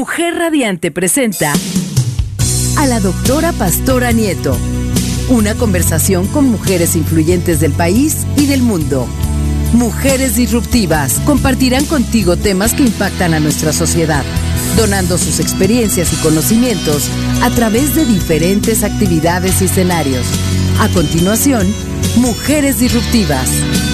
Mujer Radiante presenta a la doctora Pastora Nieto. Una conversación con mujeres influyentes del país y del mundo. Mujeres disruptivas compartirán contigo temas que impactan a nuestra sociedad, donando sus experiencias y conocimientos a través de diferentes actividades y escenarios. A continuación, Mujeres Disruptivas.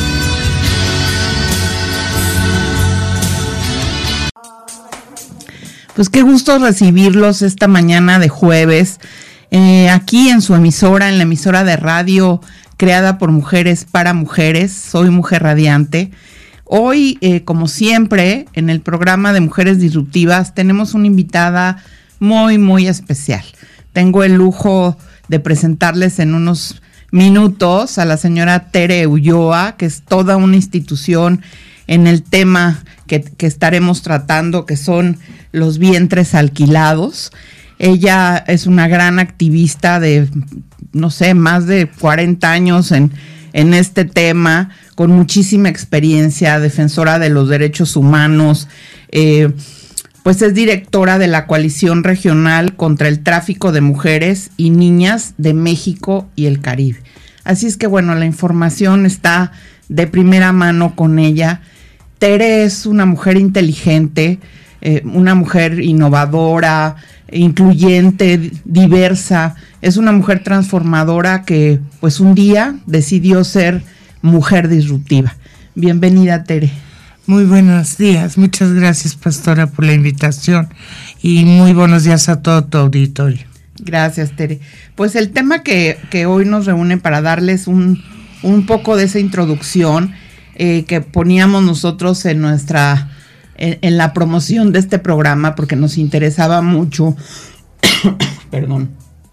Pues qué gusto recibirlos esta mañana de jueves, aquí en su emisora, en la emisora de radio creada por mujeres para mujeres. Soy Mujer Radiante. Hoy, como siempre, en el programa de Mujeres Disruptivas tenemos una invitada muy, muy especial. Tengo el lujo de presentarles en unos minutos a la señora Tere Ulloa, que es toda una institución en el tema que estaremos tratando, que son los vientres alquilados. Ella es una gran activista de, no sé, más de 40 años en este tema, con muchísima experiencia, defensora de los derechos humanos, pues es directora de la Coalición Regional contra el Tráfico de Mujeres y Niñas de México y el Caribe. Así es que, bueno, la información está de primera mano con ella. Tere es una mujer inteligente, una mujer innovadora, incluyente, diversa. Es una mujer transformadora que, pues, un día decidió ser mujer disruptiva. Bienvenida, Tere. Muy buenos días. Muchas gracias, Pastora, por la invitación y muy buenos días a todo tu auditorio. Gracias, Tere. Pues el tema que hoy nos reúne para darles un poco de esa introducción que poníamos nosotros en la promoción de este programa, porque nos interesaba mucho, perdón,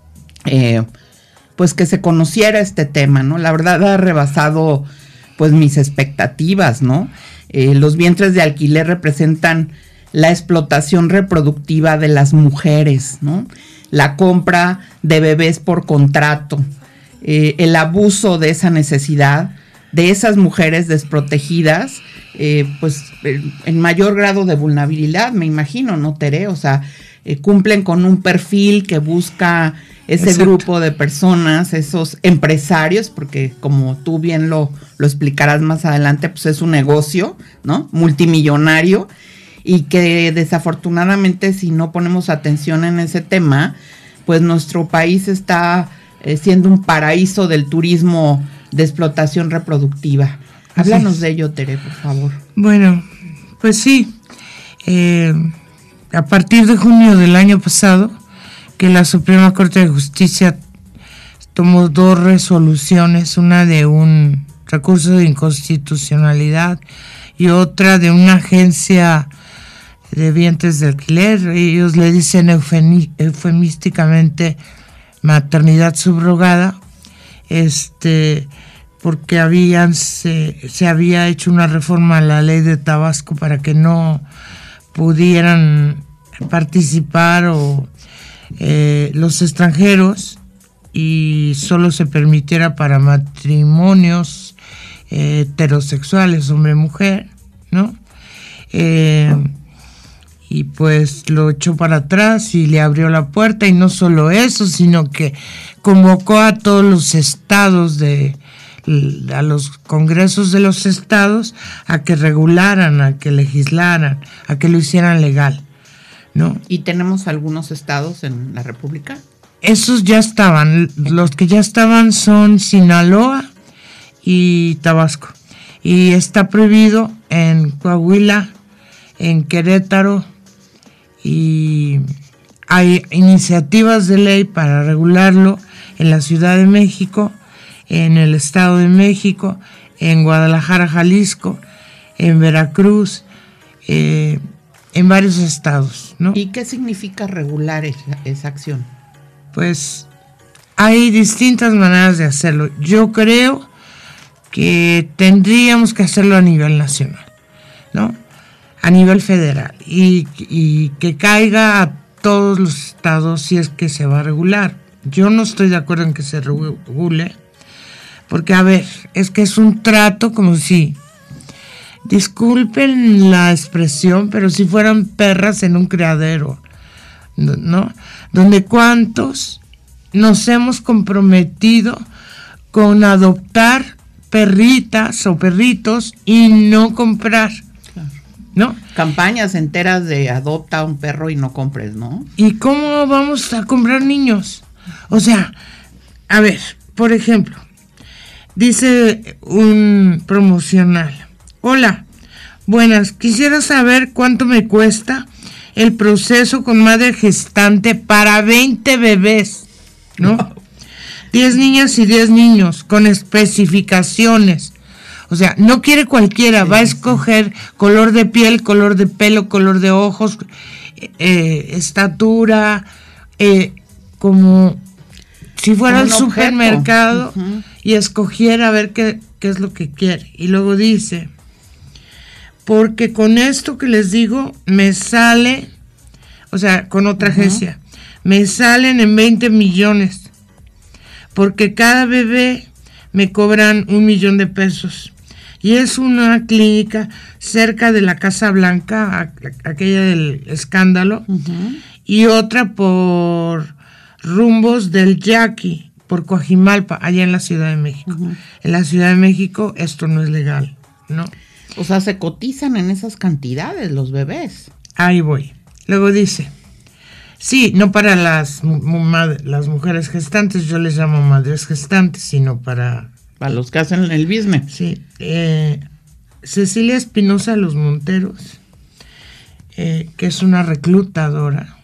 pues que se conociera este tema, ¿no? La verdad ha rebasado pues mis expectativas, ¿no? Los vientres de alquiler representan la explotación reproductiva de las mujeres, ¿no? La compra de bebés por contrato, el abuso de esa necesidad de esas mujeres desprotegidas, pues en mayor grado de vulnerabilidad, me imagino, ¿no, Tere? O sea, cumplen con un perfil que busca ese Exacto. Grupo de personas, esos empresarios, porque como tú bien lo explicarás más adelante, pues es un negocio, ¿no? Multimillonario, y que desafortunadamente, si no ponemos atención en ese tema, pues nuestro país está siendo un paraíso del turismo de explotación reproductiva. Háblanos de ello, Tere, por favor. Bueno, pues sí, a partir de junio del año pasado, que la Suprema Corte de Justicia tomó 2 resoluciones, una de un recurso de inconstitucionalidad y otra de una agencia de vientres de alquiler. Ellos le dicen eufemísticamente maternidad subrogada, porque se había hecho una reforma a la ley de Tabasco para que no pudieran participar los extranjeros y solo se permitiera para matrimonios heterosexuales, hombre-mujer, ¿no? Y pues lo echó para atrás y le abrió la puerta, y no solo eso, sino que convocó a todos los estados a los congresos de los estados a que regularan, a que legislaran, a que lo hicieran legal, ¿no? ¿Y tenemos algunos estados en la República? Esos ya estaban, los que ya estaban son Sinaloa y Tabasco, y está prohibido en Coahuila, en Querétaro, y hay iniciativas de ley para regularlo en la Ciudad de México, en el Estado de México, en Guadalajara, Jalisco, en Veracruz, en varios estados, ¿no? ¿Y qué significa regular esa acción? Pues hay distintas maneras de hacerlo. Yo creo que tendríamos que hacerlo a nivel nacional, ¿no? A nivel federal, y que caiga a todos los estados si es que se va a regular. Yo no estoy de acuerdo en que se regule, porque, a ver, es que es un trato como si, disculpen la expresión, pero si fueran perras en un criadero. ¿no? Donde cuántos nos hemos comprometido con adoptar perritas o perritos y no comprar, ¿no? Campañas enteras de adopta un perro y no compres, ¿no? ¿Y cómo vamos a comprar niños? O sea, a ver, por ejemplo, dice un promocional: hola, buenas, quisiera saber cuánto me cuesta el proceso con madre gestante para 20 bebés, ¿no? 10 niñas y 10 niños, con especificaciones. O sea, no quiere cualquiera, va a escoger color de piel, color de pelo, color de ojos, estatura, como si fuera al supermercado y escogiera a ver qué es lo que quiere. Y luego dice: porque con esto que les digo me sale, o sea, con otra agencia, me salen en 20 millones, porque cada bebé me cobran 1 millón de pesos. Y es una clínica cerca de la Casa Blanca, aquella del escándalo, y otra por rumbos del Yaqui, por Coajimalpa, allá en la Ciudad de México. En la Ciudad de México esto no es legal, ¿no? O sea, se cotizan en esas cantidades los bebés. Ahí voy. Luego dice: sí, no para las mujeres gestantes, yo les llamo madres gestantes, sino para los que hacen el business. Sí. Cecilia Espinosa Los Monteros, que es una reclutadora,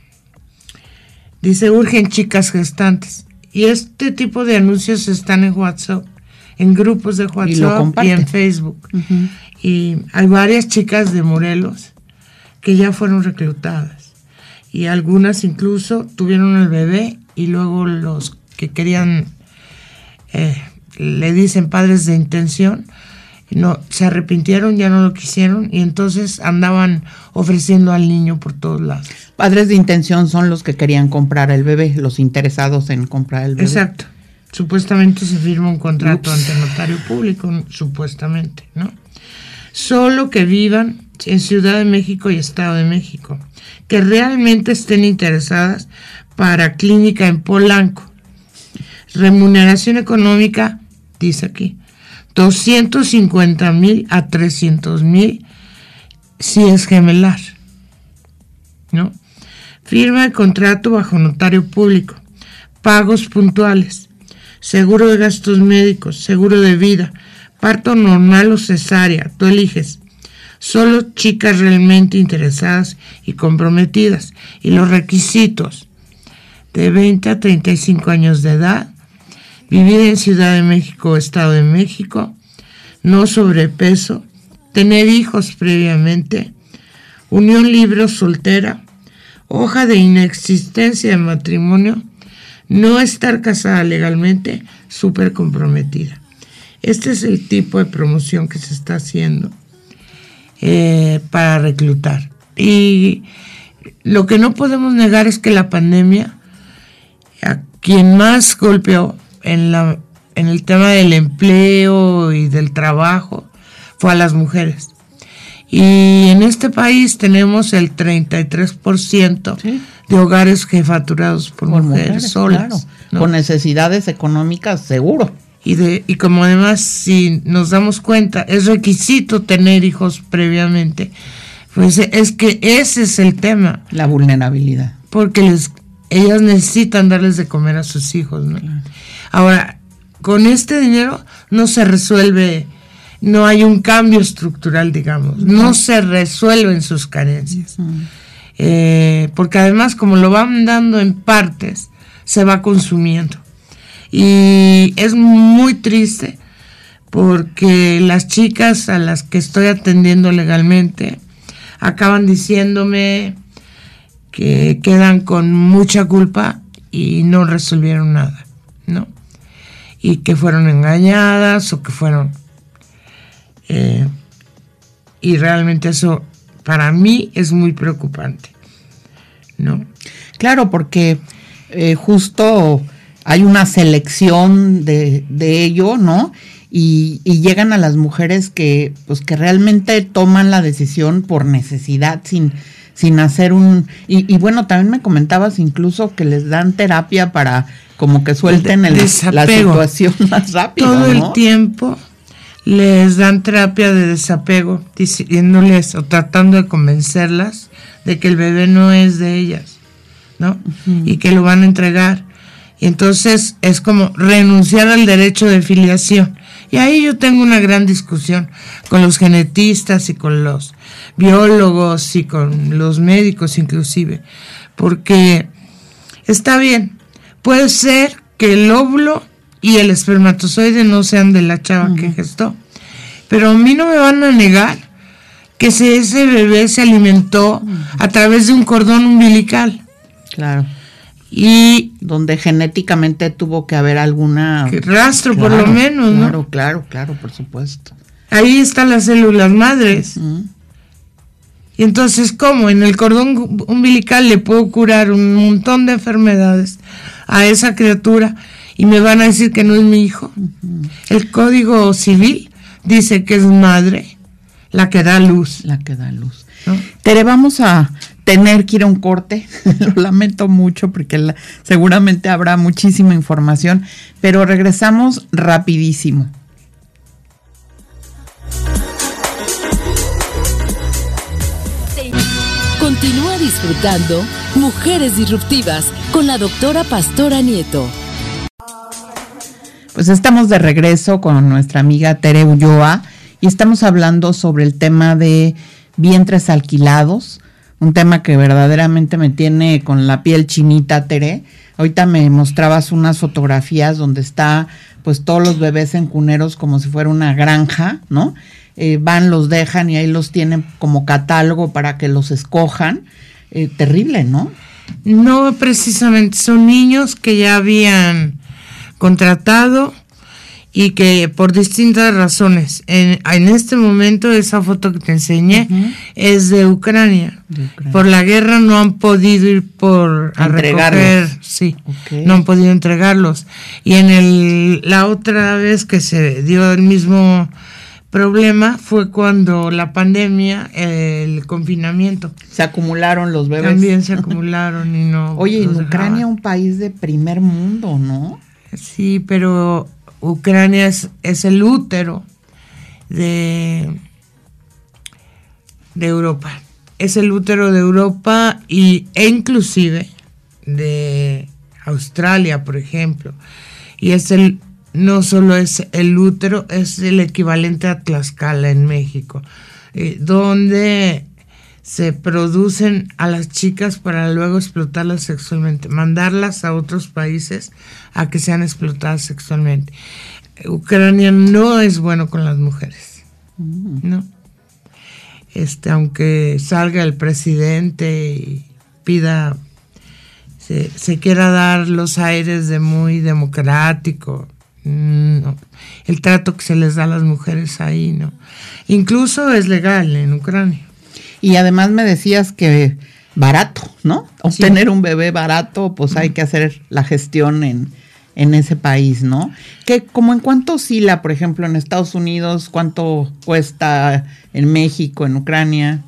dice: urgen chicas gestantes. Y este tipo de anuncios están en WhatsApp, en grupos de WhatsApp y en Facebook. Y hay varias chicas de Morelos que ya fueron reclutadas. Y algunas incluso tuvieron el bebé y luego los que querían, le dicen padres de intención, no, se arrepintieron, ya no lo quisieron y entonces andaban ofreciendo al niño por todos lados. Padres de intención son los que querían comprar el bebé, los interesados en comprar el bebé. Exacto. Supuestamente se firma un contrato ante notario público, supuestamente, ¿no? Solo que vivan en Ciudad de México y Estado de México, que realmente estén interesadas para clínica en Polanco. Remuneración económica, dice aquí, 250,000 a 300,000 si es gemelar, ¿no? Firma de contrato bajo notario público, pagos puntuales, seguro de gastos médicos, seguro de vida, parto normal o cesárea, tú eliges. Solo chicas realmente interesadas y comprometidas. Y los requisitos: de 20 a 35 años de edad, vivir en Ciudad de México o Estado de México, no sobrepeso, tener hijos previamente, unión libre o soltera, hoja de inexistencia de matrimonio, no estar casada legalmente, súper comprometida. Este es el tipo de promoción que se está haciendo para reclutar. Y lo que no podemos negar es que la pandemia, a quien más golpeó en el tema del empleo y del trabajo, fue a las mujeres. Y en este país tenemos el 33% de hogares jefaturados por mujeres solas. Claro, ¿no? Con necesidades económicas, seguro. Y como además, si nos damos cuenta, es requisito tener hijos previamente, pues es que ese es el tema. La vulnerabilidad. Porque ellas necesitan darles de comer a sus hijos, ¿no? Claro. Ahora, con este dinero no se resuelve, no hay un cambio estructural, digamos, no se resuelven sus carencias. Porque además, como lo van dando en partes, se va consumiendo. Y es muy triste porque las chicas a las que estoy atendiendo legalmente acaban diciéndome que quedan con mucha culpa y no resolvieron nada, ¿no? Y que fueron engañadas o que fueron... y realmente eso para mí es muy preocupante, ¿no? Claro, porque justo... hay una selección de ello, ¿no? Y llegan a las mujeres que realmente toman la decisión por necesidad, sin sin hacer y bueno, también me comentabas incluso que les dan terapia para como que suelten la situación más rápido, todo ¿no? El tiempo les dan terapia de desapego, diciéndoles o tratando de convencerlas de que el bebé no es de ellas, ¿no? Uh-huh. Y que lo van a entregar. Y entonces es como renunciar al derecho de filiación. Y ahí yo tengo una gran discusión con los genetistas y con los biólogos y con los médicos inclusive, porque está bien, puede ser que el óvulo y el espermatozoide no sean de la chava que gestó, pero a mí no me van a negar que ese bebé se alimentó a través de un cordón umbilical. Claro. Y donde genéticamente tuvo que haber alguna rastro, por lo menos, ¿no? Claro, por supuesto. Ahí están las células madres. Y entonces, ¿cómo? En el cordón umbilical le puedo curar un montón de enfermedades a esa criatura y me van a decir que no es mi hijo. El Código Civil dice que es madre la que da luz. La que da luz. ¿No? Tere, vamos a tener que ir a un corte, lo lamento mucho porque seguramente habrá muchísima información, pero regresamos rapidísimo. Continúa disfrutando Mujeres Disruptivas con la doctora Pastora Nieto. Pues estamos de regreso con nuestra amiga Tere Ulloa y estamos hablando sobre el tema de vientres alquilados, un tema que verdaderamente me tiene con la piel chinita, Tere. Ahorita me mostrabas unas fotografías donde está pues todos los bebés en cuneros como si fuera una granja, ¿no? Van, los dejan y ahí los tienen como catálogo para que los escojan. Terrible, ¿no? No, precisamente, son niños que ya habían contratado y que por distintas razones, en este momento esa foto que te enseñé es de Ucrania. Por la guerra no han podido ir a recoger, sí, no han podido entregarlos. Y la otra vez que se dio el mismo problema fue cuando la pandemia, el confinamiento. Se acumularon los bebés. También se acumularon y no. Oye, en Ucrania, un país de primer mundo, ¿no? Sí, pero Ucrania es el útero de Europa. Es el útero de Europa e inclusive de Australia, por ejemplo. Y no solo es el útero, es el equivalente a Tlaxcala en México, donde se producen a las chicas para luego explotarlas sexualmente, mandarlas a otros países a que sean explotadas sexualmente. Ucrania no es bueno con las mujeres, ¿no? Aunque salga el presidente y pida, se quiera dar los aires de muy democrático, no. El trato que se les da a las mujeres ahí, ¿no? Incluso es legal en Ucrania. Y además me decías que barato, ¿no? Obtener un bebé barato, pues hay que hacer la gestión en ese país, ¿no? Que como en cuánto oscila, por ejemplo, en Estados Unidos, cuánto cuesta en México, en Ucrania.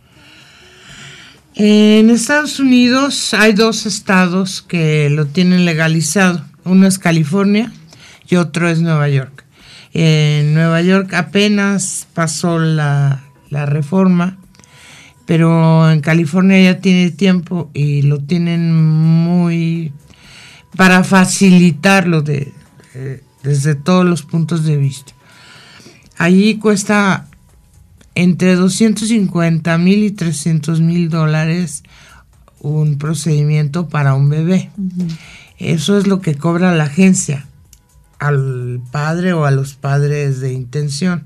En Estados Unidos hay 2 estados que lo tienen legalizado. Uno es California y otro es Nueva York. En Nueva York apenas pasó la reforma, pero en California ya tiene tiempo y lo tienen muy para facilitarlo desde todos los puntos de vista. Allí cuesta entre $250,000 y $300,000 un procedimiento para un bebé. Eso es lo que cobra la agencia al padre o a los padres de intención.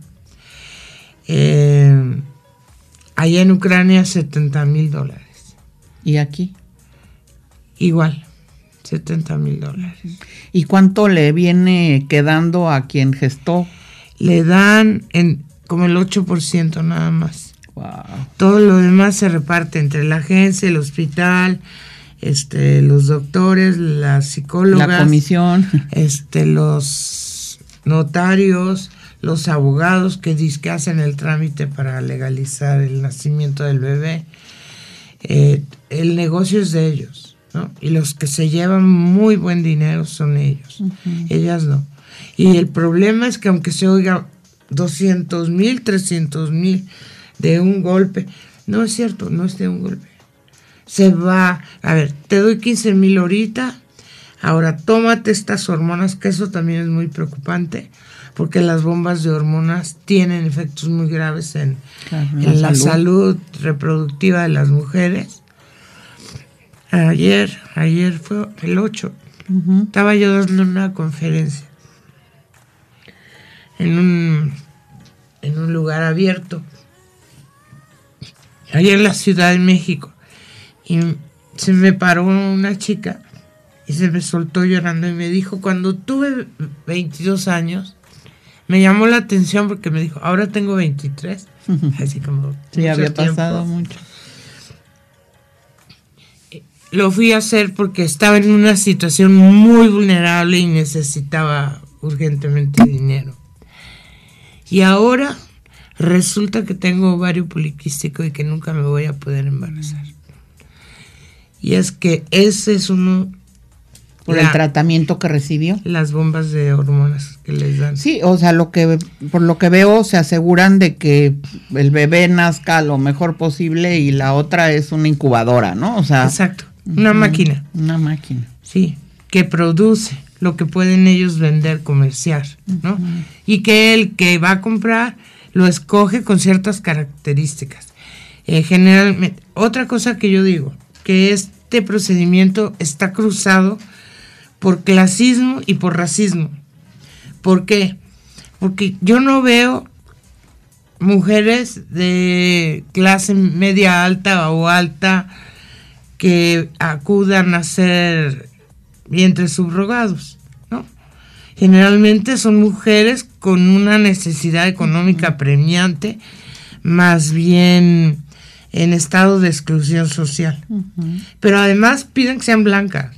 Allá en Ucrania $70,000. ¿Y aquí? Igual, $70,000. ¿Y cuánto le viene quedando a quien gestó? Le dan como el 8% nada más. Wow. Todo lo demás se reparte entre la agencia, el hospital, los doctores, las psicólogas, la comisión, los notarios, los abogados que hacen el trámite para legalizar el nacimiento del bebé. el negocio es de ellos, ¿no? Y los que se llevan muy buen dinero son ellos, ellas no. Y el problema es que aunque se oiga 200,000, 300,000 de un golpe, no es cierto, no es de un golpe. Se va, a ver, te doy 15,000 ahorita, ahora tómate estas hormonas, que eso también es muy preocupante, porque las bombas de hormonas tienen efectos muy graves en la salud reproductiva de las mujeres. Ayer fue el 8, estaba yo dando una conferencia en un lugar abierto, allá en la Ciudad de México, y se me paró una chica y se me soltó llorando y me dijo, cuando tuve 22 años, me llamó la atención porque me dijo, ahora tengo 23, así como... Sí, había pasado mucho. Lo fui a hacer porque estaba en una situación muy vulnerable y necesitaba urgentemente dinero. Y ahora resulta que tengo ovario poliquístico y que nunca me voy a poder embarazar. Y es que ese es uno... ¿Por el tratamiento que recibió? Las bombas de hormonas que les dan. Sí, o sea, por lo que veo, se aseguran de que el bebé nazca lo mejor posible y la otra es una incubadora, ¿no? O sea... Exacto, una máquina. Una máquina. Sí, que produce lo que pueden ellos vender, comerciar, ¿no? Y que el que va a comprar lo escoge con ciertas características. Generalmente, otra cosa que yo digo, que este procedimiento está cruzado por clasismo y por racismo. ¿Por qué? Porque yo no veo mujeres de clase media alta o alta que acudan a ser vientres subrogados, ¿no? Generalmente son mujeres con una necesidad económica apremiante, más bien en estado de exclusión social. Pero además piden que sean blancas.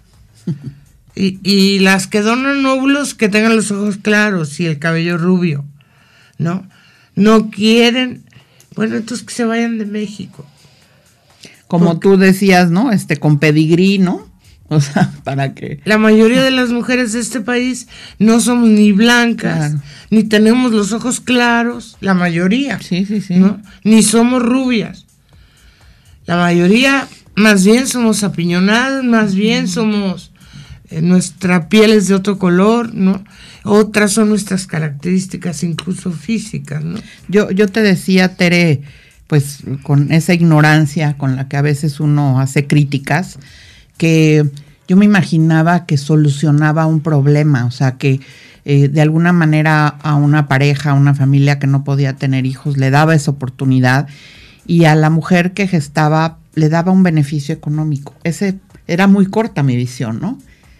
Y las que donan óvulos que tengan los ojos claros y el cabello rubio, ¿no? No quieren, bueno, entonces que se vayan de México. Como tú decías, ¿no? Con pedigrí, ¿no? O sea, para que... La mayoría de las mujeres de este país no somos ni blancas, ni tenemos los ojos claros, la mayoría. Sí. ¿No? Ni somos rubias. La mayoría, más bien somos apiñonadas, más bien somos... nuestra piel es de otro color, ¿no? Otras son nuestras características, incluso físicas, ¿no? Yo te decía, Tere, pues con esa ignorancia con la que a veces uno hace críticas, que yo me imaginaba que solucionaba un problema, o sea, que de alguna manera a una pareja, a una familia que no podía tener hijos, le daba esa oportunidad, y a la mujer que gestaba le daba un beneficio económico. Era muy corta mi visión, ¿no?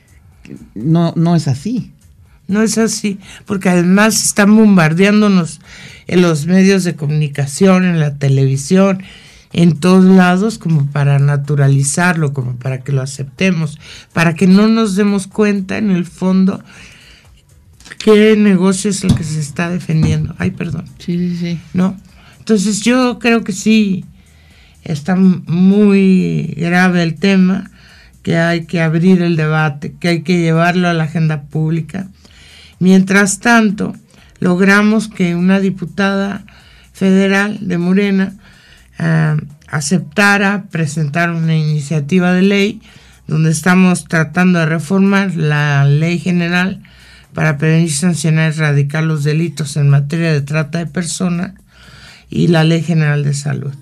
No es así. No es así, porque además están bombardeándonos en los medios de comunicación, en la televisión, en todos lados, como para naturalizarlo, como para que lo aceptemos, para que no nos demos cuenta en el fondo qué negocio es el que se está defendiendo. Ay, perdón. Sí. ¿No? Entonces yo creo que sí está muy grave el tema, que hay que abrir el debate, que hay que llevarlo a la agenda pública. Mientras tanto, logramos que una diputada federal de Morena aceptara presentar una iniciativa de ley donde estamos tratando de reformar la ley general para prevenir, sancionar y erradicar los delitos en materia de trata de personas y la ley general de salud.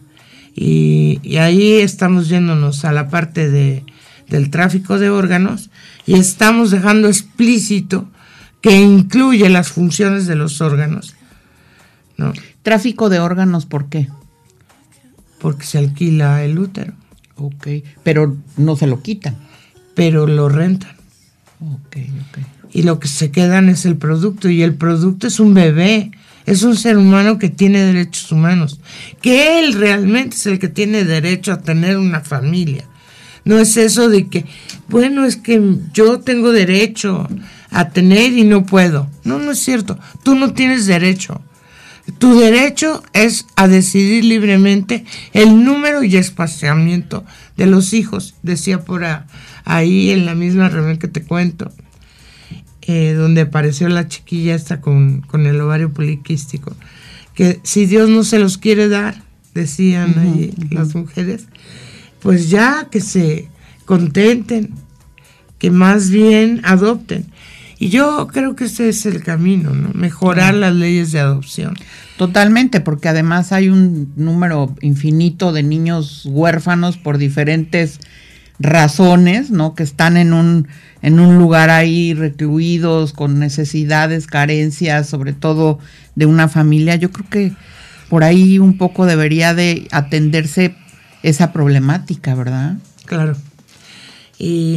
Y ahí estamos yéndonos a la parte del tráfico de órganos y estamos dejando explícito que incluye las funciones de los órganos, ¿no? ¿Tráfico de órganos por qué? Porque se alquila el útero. Ok, pero no se lo quitan. Pero lo rentan. Ok. Y lo que se quedan es el producto, y el producto es un bebé, es un ser humano que tiene derechos humanos, que él realmente es el que tiene derecho a tener una familia. No es eso de que, bueno, es que yo tengo derecho a tener y no puedo. No es cierto. Tú no tienes derecho. Tu derecho es a decidir libremente el número y espaciamiento de los hijos, decía por ahí en la misma reunión que te cuento, donde apareció la chiquilla esta con el ovario poliquístico, que si Dios no se los quiere dar, decían ahí las mujeres, pues ya que se contenten, que más bien adopten. Y yo creo que ese es el camino, ¿no? Mejorar las leyes de adopción. Totalmente, porque además hay un número infinito de niños huérfanos por diferentes razones, ¿no? Que están en un lugar ahí recluidos, con necesidades, carencias, sobre todo de una familia. Yo creo que por ahí un poco debería de atenderse esa problemática, ¿verdad? Claro. Y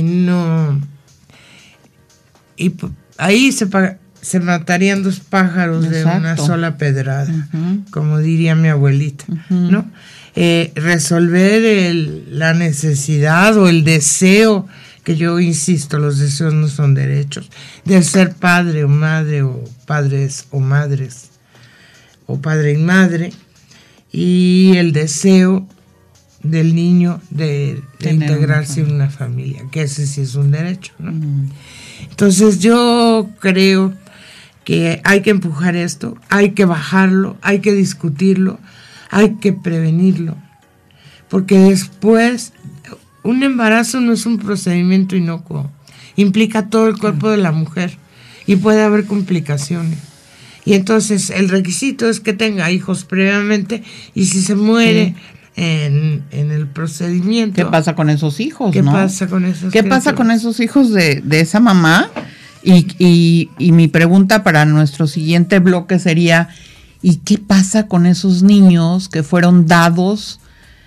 ahí se matarían dos pájaros de una sola pedrada, como diría mi abuelita, ¿no? Resolver la necesidad o el deseo, que yo insisto, los deseos no son derechos, de ser padre o madre, o padres o madres, o padre y madre, y el deseo del niño de integrarse en una familia, que ese sí es un derecho, ¿no? Entonces yo creo que hay que empujar esto, hay que bajarlo, hay que discutirlo, hay que prevenirlo, porque después un embarazo no es un procedimiento inocuo, implica todo el cuerpo de la mujer y puede haber complicaciones. Y entonces el requisito es que tenga hijos previamente, y si se muere en el procedimiento, ¿qué pasa con esos hijos? ¿Qué pasa con esos ¿Qué pasa con esos hijos de esa mamá? Y mi pregunta para nuestro siguiente bloque sería, ¿y qué pasa con esos niños que fueron dados,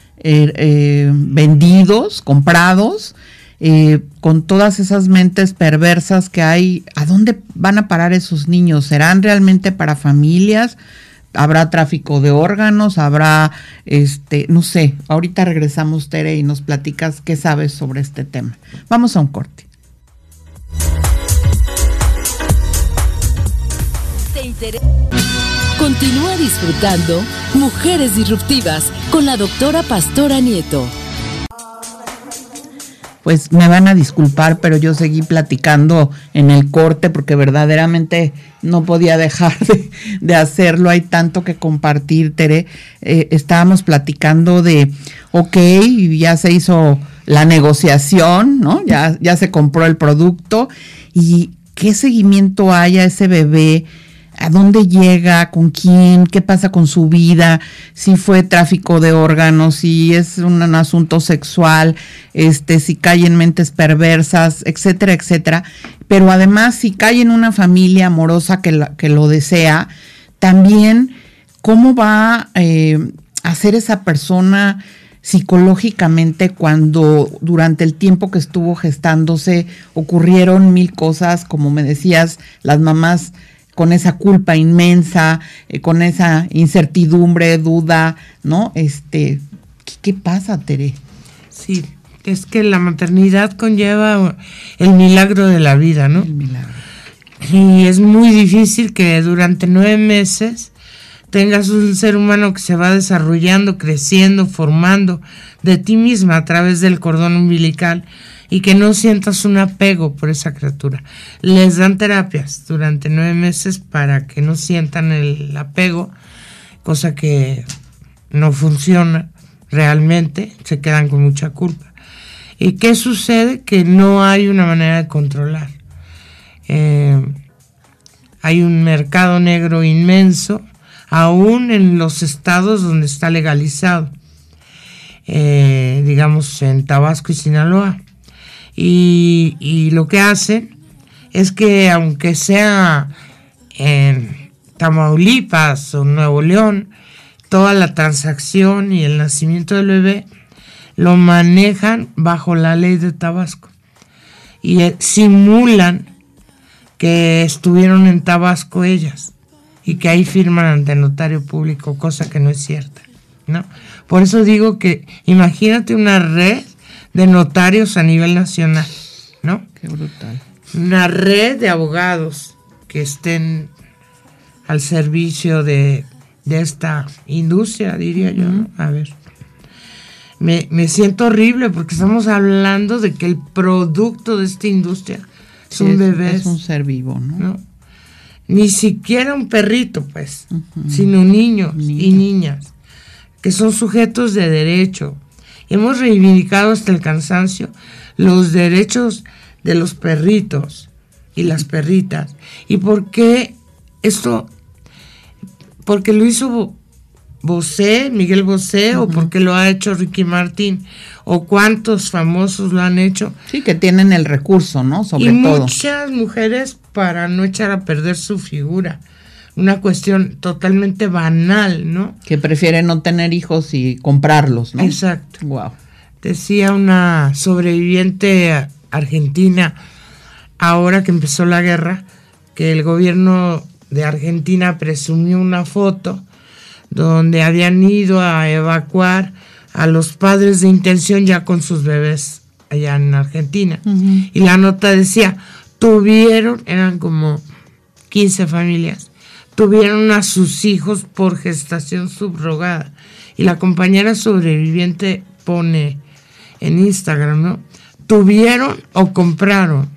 vendidos, comprados, con todas esas mentes perversas que hay? ¿A dónde van a parar esos niños? ¿Serán realmente para familias? ¿Habrá tráfico de órganos? ¿Habrá, no sé? Ahorita regresamos, Tere, y nos platicas qué sabes sobre este tema. Vamos a un corte. Continúa disfrutando Mujeres Disruptivas con la doctora Pastora Nieto. Pues me van a disculpar, pero yo seguí platicando en el corte porque verdaderamente no podía dejar de hacerlo. Hay tanto que compartir, Tere. Estábamos platicando de, ya se hizo la negociación, ¿no? Ya se compró el producto. ¿Y qué seguimiento hay a ese bebé? ¿A dónde llega? ¿Con quién? ¿Qué pasa con su vida? Si fue tráfico de órganos, si es un asunto sexual, si cae en mentes perversas, etcétera, etcétera. Pero además, si cae en una familia amorosa que lo desea, también cómo va a ser esa persona psicológicamente cuando durante el tiempo que estuvo gestándose ocurrieron 1000 cosas, como me decías, las mamás con esa culpa inmensa, con esa incertidumbre, duda, ¿no? ¿Qué pasa, Tere? Sí, es que la maternidad conlleva el milagro de la vida, ¿no? El milagro. Y es muy difícil que durante 9 meses tengas un ser humano que se va desarrollando, creciendo, formando de ti misma a través del cordón umbilical, y que no sientas un apego por esa criatura. Les dan terapias durante 9 meses para que no sientan el apego, cosa que no funciona realmente, se quedan con mucha culpa. ¿Y qué sucede? Que no hay una manera de controlar. Hay un mercado negro inmenso, aún en los estados donde está legalizado, digamos en Tabasco y Sinaloa. Y lo que hacen es que, aunque sea en Tamaulipas o Nuevo León, toda la transacción y el nacimiento del bebé lo manejan bajo la ley de Tabasco y simulan que estuvieron en Tabasco ellas y que ahí firman ante notario público, cosa que no es cierta, ¿no? Por eso digo que imagínate una red de notarios a nivel nacional, ¿no? Qué brutal. Una red de abogados que estén al servicio de de esta industria, diría yo, ¿no? A ver, me siento horrible porque estamos hablando de que el producto de esta industria son bebés. Es un ser vivo, ¿no? Ni siquiera un perrito, pues, sino niños y niñas, que son sujetos de derecho. Hemos reivindicado hasta el cansancio los derechos de los perritos y las perritas. ¿Y por qué esto? Porque lo hizo Bosé, Miguel Bosé, o porque lo ha hecho Ricky Martin, o cuántos famosos lo han hecho. Sí, que tienen el recurso, ¿no? Sobre todo. Y muchas mujeres para no echar a perder su figura. Una cuestión totalmente banal, ¿no? Que prefieren no tener hijos y comprarlos, ¿no? Exacto. Wow. Decía una sobreviviente argentina, ahora que empezó la guerra, que el gobierno de Argentina presumió una foto donde habían ido a evacuar a los padres de intención ya con sus bebés allá en Argentina. Y la nota decía, eran como 15 familias, tuvieron a sus hijos por gestación subrogada. Y la compañera sobreviviente pone en Instagram, ¿no? Tuvieron o compraron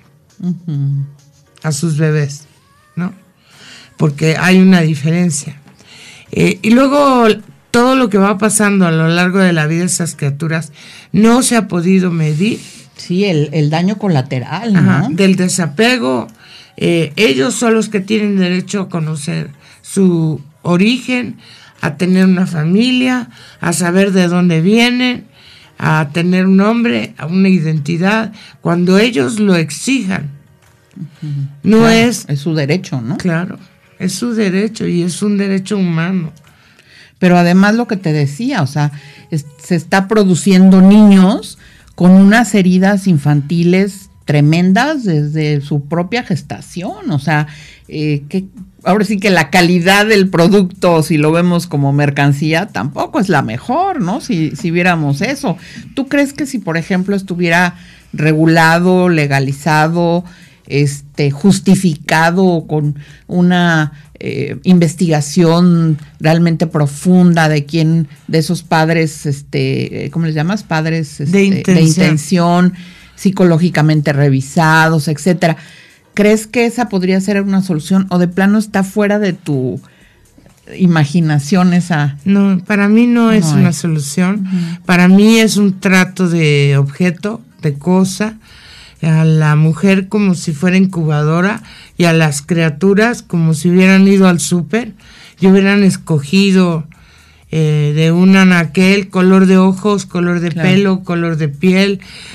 a sus bebés, ¿no? Porque hay una diferencia. Y luego todo lo que va pasando a lo largo de la vida de esas criaturas no se ha podido medir. Sí, el daño colateral, ¿no? Del desapego. Ellos son los que tienen derecho a conocer su origen, a tener una familia, a saber de dónde vienen, a tener un nombre, a una identidad, cuando ellos lo exijan. No claro, es su derecho, ¿no? Claro, es su derecho y es un derecho humano. Pero además lo que te decía, o sea, se está produciendo niños con unas heridas infantiles tremendas desde su propia gestación, o sea, que ahora sí que la calidad del producto, si lo vemos como mercancía, tampoco es la mejor, ¿no? Si viéramos eso. ¿Tú crees que si, por ejemplo, estuviera regulado, legalizado, justificado con una investigación realmente profunda de quién, de esos padres, ¿cómo les llamas? Padres de intención, psicológicamente revisados, etcétera? ¿Crees que esa podría ser una solución o de plano está fuera de tu imaginación esa? No, para mí no es una solución. Para mí es un trato de objeto, de cosa, a la mujer como si fuera incubadora y a las criaturas como si hubieran ido al súper y hubieran escogido de un anaquel, color de ojos, color de pelo, color de piel,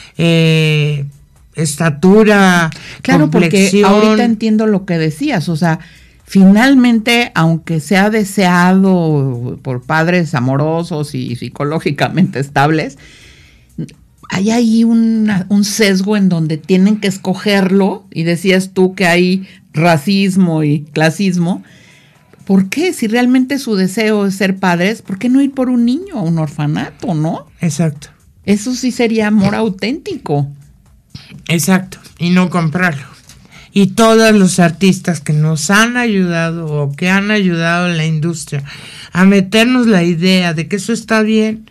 estatura, claro, complexión. Porque ahorita entiendo lo que decías, o sea, finalmente, aunque sea deseado por padres amorosos y psicológicamente estables, hay ahí un sesgo en donde tienen que escogerlo, y decías tú que hay racismo y clasismo. ¿Por qué? Si realmente su deseo es ser padres, ¿por qué no ir por un niño a un orfanato, no? Exacto. Eso sí sería amor auténtico. Exacto, y no comprarlo. Y todos los artistas que nos han ayudado o que han ayudado en la industria a meternos la idea de que eso está bien,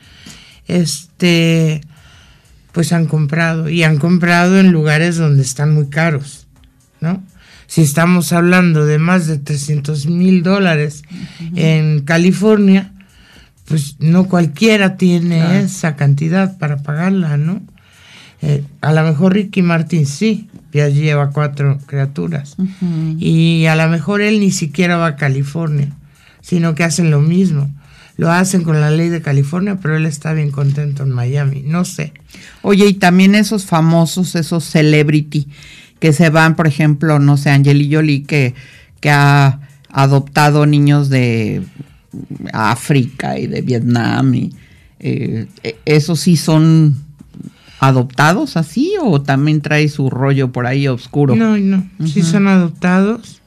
pues han comprado, y han comprado en lugares donde están muy caros, ¿no? Si estamos hablando de más de $300,000 en California, pues no cualquiera tiene esa cantidad para pagarla, ¿no? A lo mejor Ricky Martin sí, ya lleva 4 criaturas, y a lo mejor él ni siquiera va a California, sino que hacen lo mismo. Lo hacen con la ley de California, pero él está bien contento en Miami, no sé. Oye, y también esos famosos, esos celebrity que se van, por ejemplo, no sé, Angelina Jolie, que ha adoptado niños de África y de Vietnam, y ¿esos sí son adoptados así o también trae su rollo por ahí oscuro? No, sí son adoptados,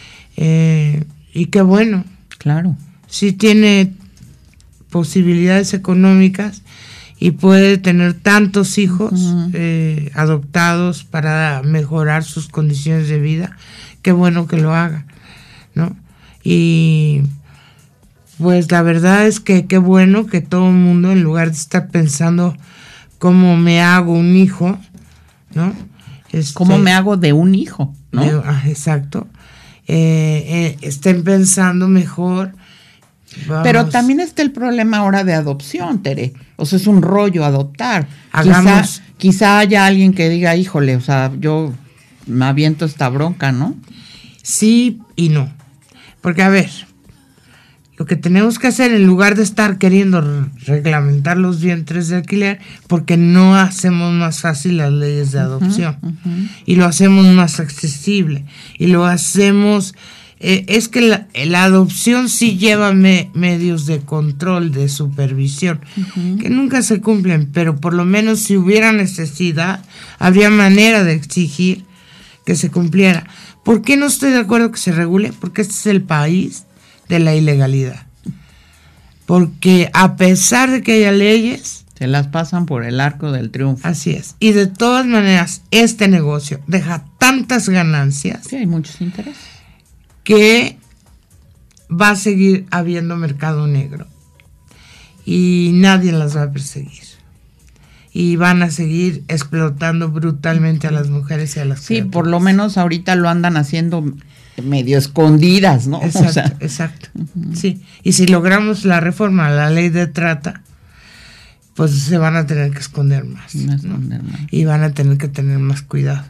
y qué bueno. Claro. Sí tiene posibilidades económicas y puede tener tantos hijos adoptados para mejorar sus condiciones de vida. Qué bueno que lo haga, ¿no? Y Pues la verdad es que qué bueno que todo el mundo, en lugar de estar pensando cómo me hago un hijo, ¿no? ¿Cómo me hago de un hijo? ¿No? Exacto. Estén pensando mejor. Vamos. Pero también está el problema ahora de adopción, Tere. O sea, es un rollo adoptar. Quizá haya alguien que diga, híjole, o sea, yo me aviento esta bronca, ¿no? Sí y no. Porque, a ver, lo que tenemos que hacer, en lugar de estar queriendo reglamentar los vientres de alquiler, porque no hacemos más fácil las leyes de adopción, y lo hacemos más accesible, y lo hacemos... es que la adopción sí lleva medios de control, de supervisión, que nunca se cumplen, pero por lo menos si hubiera necesidad, habría manera de exigir que se cumpliera. ¿Por qué no estoy de acuerdo que se regule? Porque este es el país de la ilegalidad. Porque a pesar de que haya leyes... se las pasan por el arco del triunfo. Así es. Y de todas maneras, este negocio deja tantas ganancias... sí, hay muchos intereses. Que va a seguir habiendo mercado negro. Y nadie las va a perseguir. Y van a seguir explotando brutalmente a las mujeres y a las criaturas. Sí, por lo menos ahorita lo andan haciendo medio escondidas, ¿no? Exacto, exacto. Sí. Y si logramos la reforma a la ley de trata, pues se van a tener que esconder más. Y van a tener que tener más cuidado.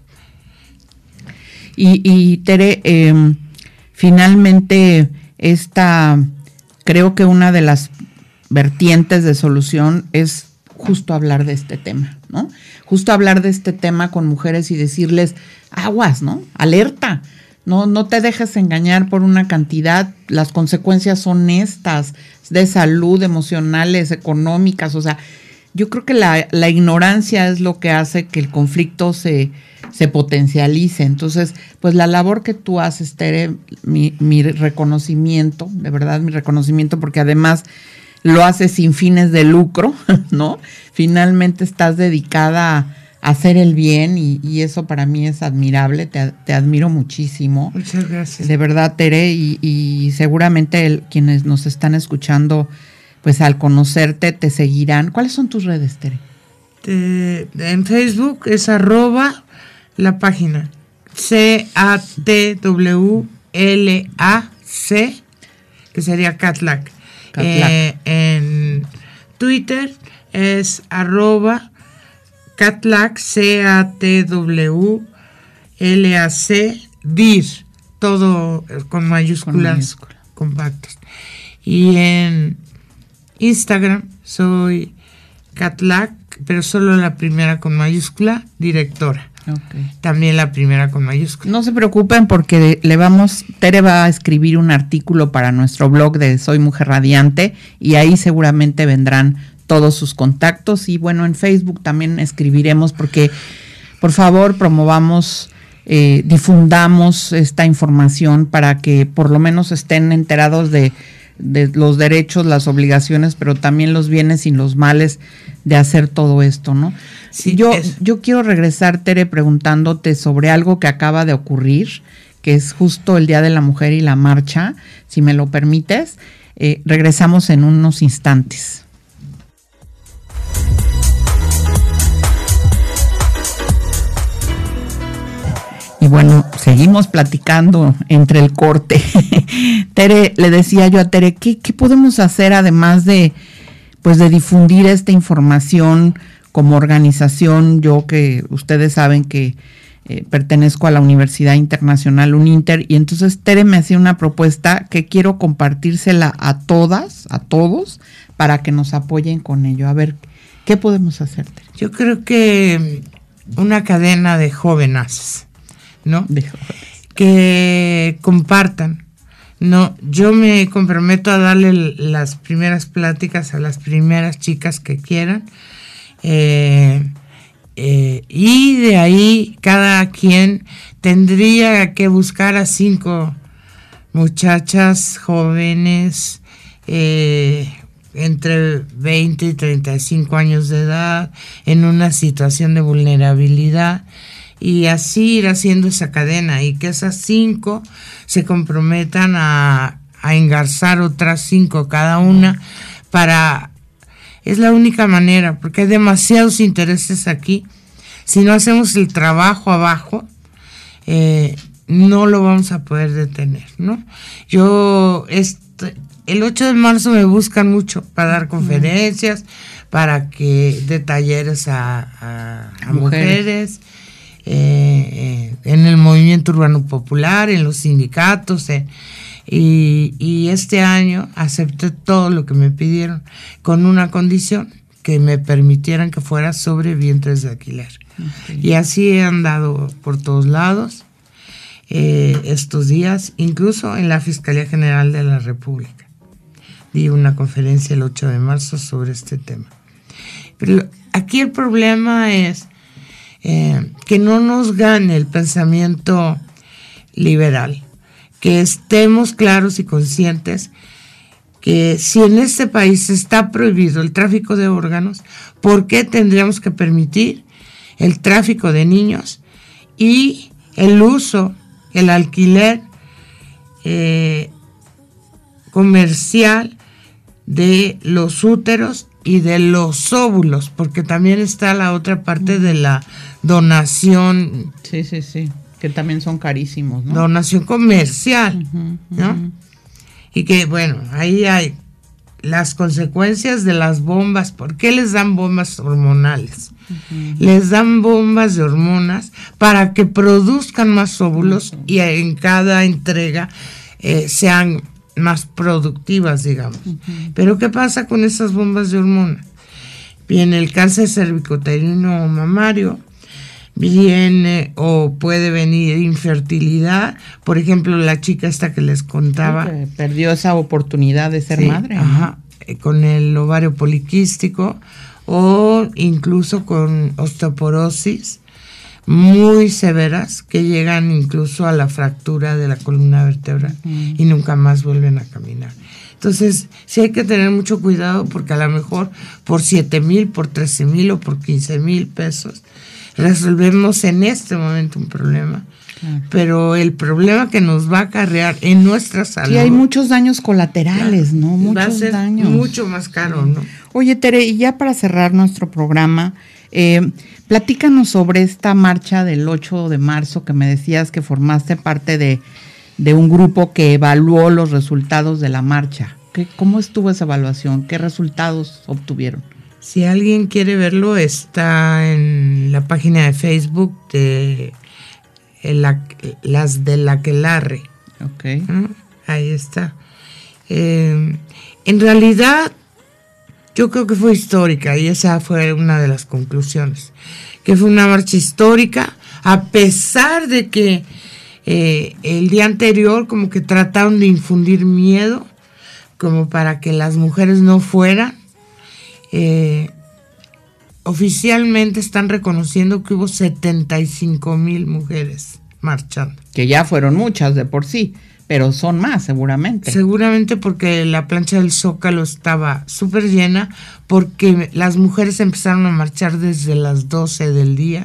Y Tere, finalmente creo que una de las vertientes de solución es justo hablar de este tema, ¿no? Justo hablar de este tema con mujeres y decirles, aguas, ¿no? Alerta, no te dejes engañar por una cantidad, las consecuencias son estas, de salud, emocionales, económicas, o sea, yo creo que la ignorancia es lo que hace que el conflicto se potencialice. Entonces, pues la labor que tú haces, Tere, mi reconocimiento, de verdad mi reconocimiento, porque además lo haces sin fines de lucro, ¿no? Finalmente estás dedicada a hacer el bien y eso para mí es admirable, te admiro muchísimo. Muchas gracias. De verdad, Tere, y seguramente quienes nos están escuchando, pues al conocerte te seguirán. ¿Cuáles son tus redes, Tere? En Facebook es @ la página CATWLAC, que sería Catlac. En Twitter es @Catlac, CATWLAC, DIR, todo con mayúsculas compactas. Y en Instagram soy Catlac, pero solo la primera con mayúscula, directora. Okay. También la primera con mayúscula. No se preocupen porque Tere va a escribir un artículo para nuestro blog de Soy Mujer Radiante y ahí seguramente vendrán todos sus contactos y bueno, en Facebook también escribiremos porque por favor promovamos, difundamos esta información para que por lo menos estén enterados de los derechos, las obligaciones, pero también los bienes y los males de hacer todo esto, ¿no? Sí, yo quiero regresar, Tere, preguntándote sobre algo que acaba de ocurrir, que es justo el Día de la Mujer y la marcha, si me lo permites. Regresamos en unos instantes. Y bueno, seguimos platicando entre el corte. Tere, le decía yo a Tere, ¿qué podemos hacer además de difundir esta información como organización? Yo que ustedes saben que pertenezco a la Universidad Internacional UNINTER y entonces Tere me hacía una propuesta que quiero compartírsela a todas, a todos, para que nos apoyen con ello. A ver, ¿qué podemos hacer, Tere? Yo creo que una cadena de jóvenes, ¿no? Que compartan. No, yo me comprometo a darle las primeras pláticas a las primeras chicas que quieran. Y de ahí cada quien tendría que buscar a 5 muchachas jóvenes entre 20 y 35 años de edad en una situación de vulnerabilidad y así ir haciendo esa cadena y que esas 5 se comprometan a a engarzar otras 5 cada una es la única manera, porque hay demasiados intereses aquí. Si no hacemos el trabajo abajo, no lo vamos a poder detener, ¿no? El 8 de marzo me buscan mucho para dar conferencias, para que dé talleres a mujeres, en el movimiento urbano popular, en los sindicatos, y este año acepté todo lo que me pidieron con una condición, que me permitieran que fuera sobre vientres de alquiler. Okay. Y así he andado por todos lados estos días, incluso en la Fiscalía General de la República. Di una conferencia el 8 de marzo sobre este tema. Pero aquí el problema es que no nos gane el pensamiento liberal, que estemos claros y conscientes que si en este país está prohibido el tráfico de órganos, ¿por qué tendríamos que permitir el tráfico de niños y el uso, el alquiler comercial de los úteros y de los óvulos? Porque también está la otra parte de la donación. Sí, que también son carísimos, ¿no? Donación comercial, ¿no? Y que, bueno, ahí hay las consecuencias de las bombas. ¿Por qué les dan bombas hormonales? Les dan bombas de hormonas para que produzcan más óvulos y en cada entrega sean más productivas, digamos. Pero ¿qué pasa con esas bombas de hormonas? Viene el cáncer cervicouterino o mamario, viene o puede venir infertilidad, por ejemplo la chica esta que les contaba, que perdió esa oportunidad de ser madre, ¿no? Con el ovario poliquístico, o incluso con osteoporosis muy severas que llegan incluso a la fractura de la columna vertebral y nunca más vuelven a caminar. Entonces sí hay que tener mucho cuidado, porque a lo mejor por 7,000, por 13,000 o por 15,000 pesos resolvemos en este momento un problema, pero el problema que nos va a acarrear en nuestra salud. Sí, hay muchos daños colaterales, ¿no? Muchos va a ser daños. Mucho más caro, ¿no? Oye, Tere, y ya para cerrar nuestro programa, platícanos sobre esta marcha del 8 de marzo que me decías que formaste parte de un grupo que evaluó los resultados de la marcha. ¿Cómo estuvo esa evaluación? ¿Qué resultados obtuvieron? Si alguien quiere verlo, está en la página de Facebook de las del Aquelarre. Okay. Ahí está. En realidad, yo creo que fue histórica, y esa fue una de las conclusiones, que fue una marcha histórica, a pesar de que el día anterior como que trataron de infundir miedo, como para que las mujeres no fueran. Oficialmente están reconociendo que hubo 75,000 mujeres marchando. Que ya fueron muchas de por sí, pero son más seguramente. Seguramente, porque la plancha del Zócalo estaba súper llena, porque las mujeres empezaron a marchar desde las 12 del día.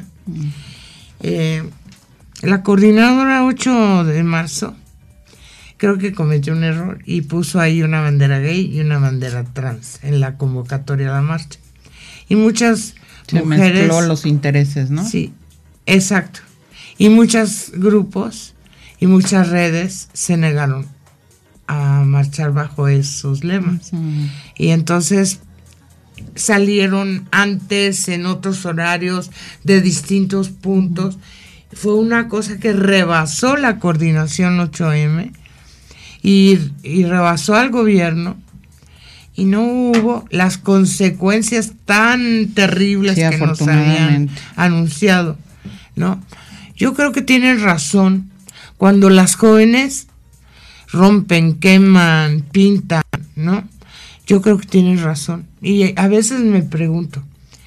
La coordinadora 8 de marzo creo que cometió un error y puso ahí una bandera gay y una bandera trans en la convocatoria a la marcha. Y muchas mujeres... mezcló los intereses, ¿no? Sí, exacto. Y muchos grupos y muchas redes se negaron a marchar bajo esos lemas. Y entonces salieron antes, en otros horarios, de distintos puntos. Fue una cosa que rebasó la coordinación 8M y rebasó al gobierno, y no hubo las consecuencias tan terribles que nos habían anunciado, ¿no? Yo creo que tienen razón cuando las jóvenes rompen, queman, pintan, ¿no? Yo creo que tienen razón. Y a veces me pregunto,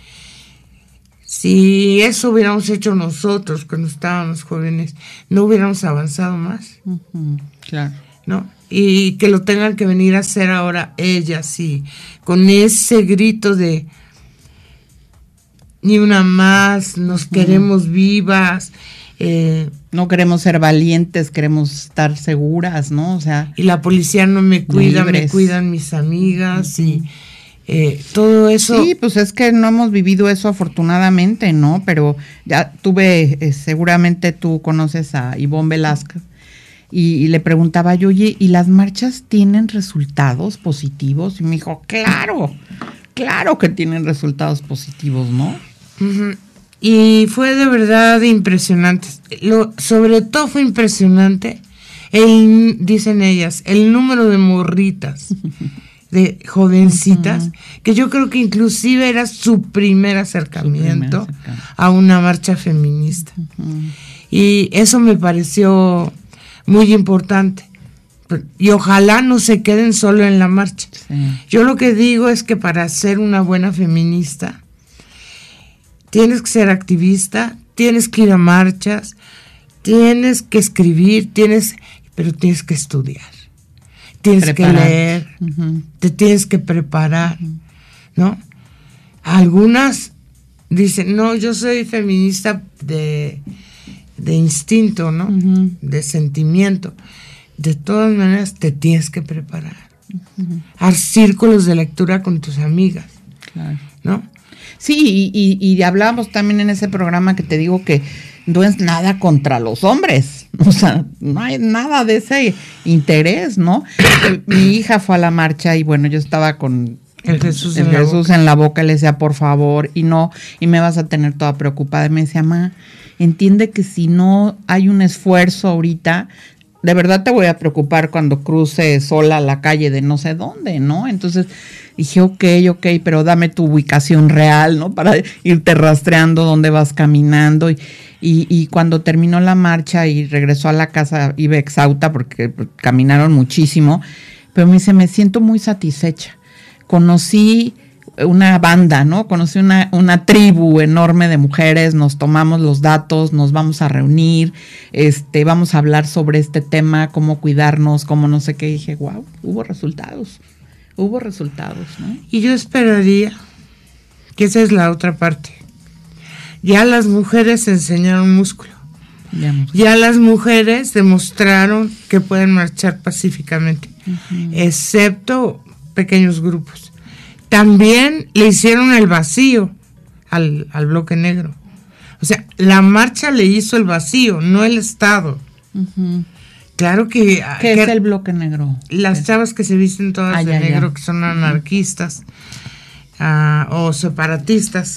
si eso hubiéramos hecho nosotros cuando estábamos jóvenes, ¿no hubiéramos avanzado más? Claro. ¿No? Y que lo tengan que venir a hacer ahora ellas, sí, con ese grito de ni una más, nos queremos vivas. No queremos ser valientes, queremos estar seguras, ¿no? O sea, y la policía no me cuida, libres. Me cuidan mis amigas y todo eso. Sí, pues es que no hemos vivido eso afortunadamente, ¿no? Pero ya tuve, seguramente tú conoces a Ivonne Velázquez, y le preguntaba yo, oye, ¿y las marchas tienen resultados positivos? Y me dijo, claro que tienen resultados positivos, ¿no? Uh-huh. Y fue de verdad impresionante. Sobre todo fue impresionante, dicen ellas, el número de morritas, de jovencitas, que yo creo que inclusive era su primer acercamiento a una marcha feminista. Y eso me pareció muy importante. Y ojalá no se queden solo en la marcha. Sí. Yo lo que digo es que para ser una buena feminista, tienes que ser activista, tienes que ir a marchas, tienes que escribir, pero tienes que estudiar, tienes que leer, te tienes que preparar, ¿no? Algunas dicen, no, yo soy feminista de instinto, ¿no? De sentimiento. De todas maneras, te tienes que preparar. Haz círculos de lectura con tus amigas, claro, ¿no? Sí, y hablábamos también en ese programa que te digo que no es nada contra los hombres, o sea, no hay nada de ese interés, ¿no? Mi hija fue a la marcha y bueno, yo estaba con el Jesús en la boca, le decía, por favor, y me vas a tener toda preocupada. Y me decía, ma, entiende que si no hay un esfuerzo ahorita, de verdad te voy a preocupar cuando cruce sola la calle de no sé dónde, ¿no? Entonces dije, ok, pero dame tu ubicación real, ¿no? Para irte rastreando dónde vas caminando. Y cuando terminó la marcha y regresó a la casa, iba exhausta porque caminaron muchísimo, pero me dice, me siento muy satisfecha. Conocí una banda, ¿no? Conocí una tribu enorme de mujeres, nos tomamos los datos, nos vamos a reunir, vamos a hablar sobre este tema, cómo cuidarnos, cómo no sé qué. Y dije, wow, hubo resultados, ¿no? Y yo esperaría que esa es la otra parte. Ya las mujeres enseñaron músculo. Ya las mujeres demostraron que pueden marchar pacíficamente, excepto pequeños grupos. También le hicieron el vacío al bloque negro. O sea, la marcha le hizo el vacío, no el Estado. Claro que... ¿Qué es el bloque negro? Las chavas que se visten todas de negro, que son anarquistas o separatistas.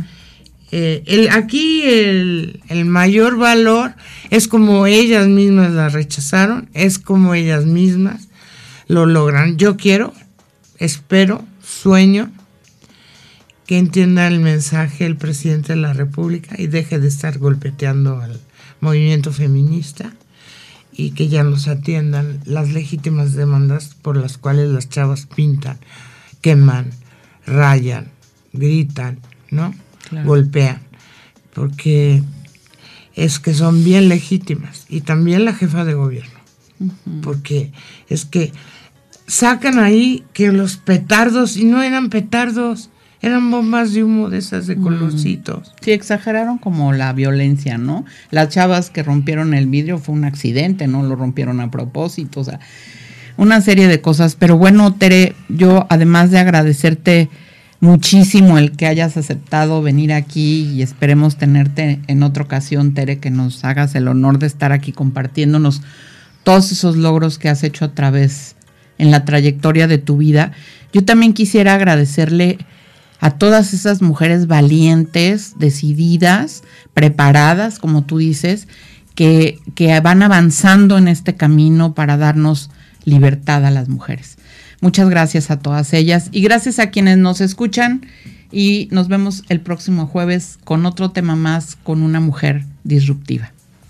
Aquí el mayor valor es como ellas mismas la rechazaron, es como ellas mismas lo logran. Yo espero, sueño que entienda el mensaje el presidente de la República y deje de estar golpeteando al movimiento feminista y que ya nos atiendan las legítimas demandas por las cuales las chavas pintan, queman, rayan, gritan, ¿no? Claro. Golpean, porque es que son bien legítimas. Y también la jefa de gobierno, porque es que sacan ahí que los petardos, y no eran petardos, eran bombas de humo de esas de colorcitos. Sí, exageraron como la violencia, ¿no? Las chavas que rompieron el vidrio fue un accidente, no lo rompieron a propósito, o sea, una serie de cosas. Pero bueno, Tere, yo además de agradecerte muchísimo el que hayas aceptado venir aquí y esperemos tenerte en otra ocasión, Tere, que nos hagas el honor de estar aquí compartiéndonos todos esos logros que has hecho a través en la trayectoria de tu vida. Yo también quisiera agradecerle a todas esas mujeres valientes, decididas, preparadas, como tú dices, que van avanzando en este camino para darnos libertad a las mujeres. Muchas gracias a todas ellas y gracias a quienes nos escuchan y nos vemos el próximo jueves con otro tema más, con una mujer disruptiva.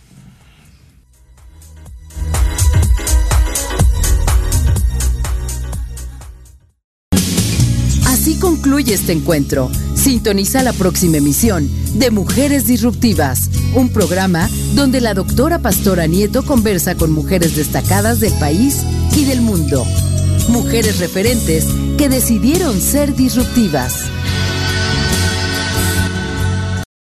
Así concluye este encuentro. Sintoniza la próxima emisión de Mujeres Disruptivas, un programa donde la doctora Pastora Nieto conversa con mujeres destacadas del país y del mundo. Mujeres referentes que decidieron ser disruptivas.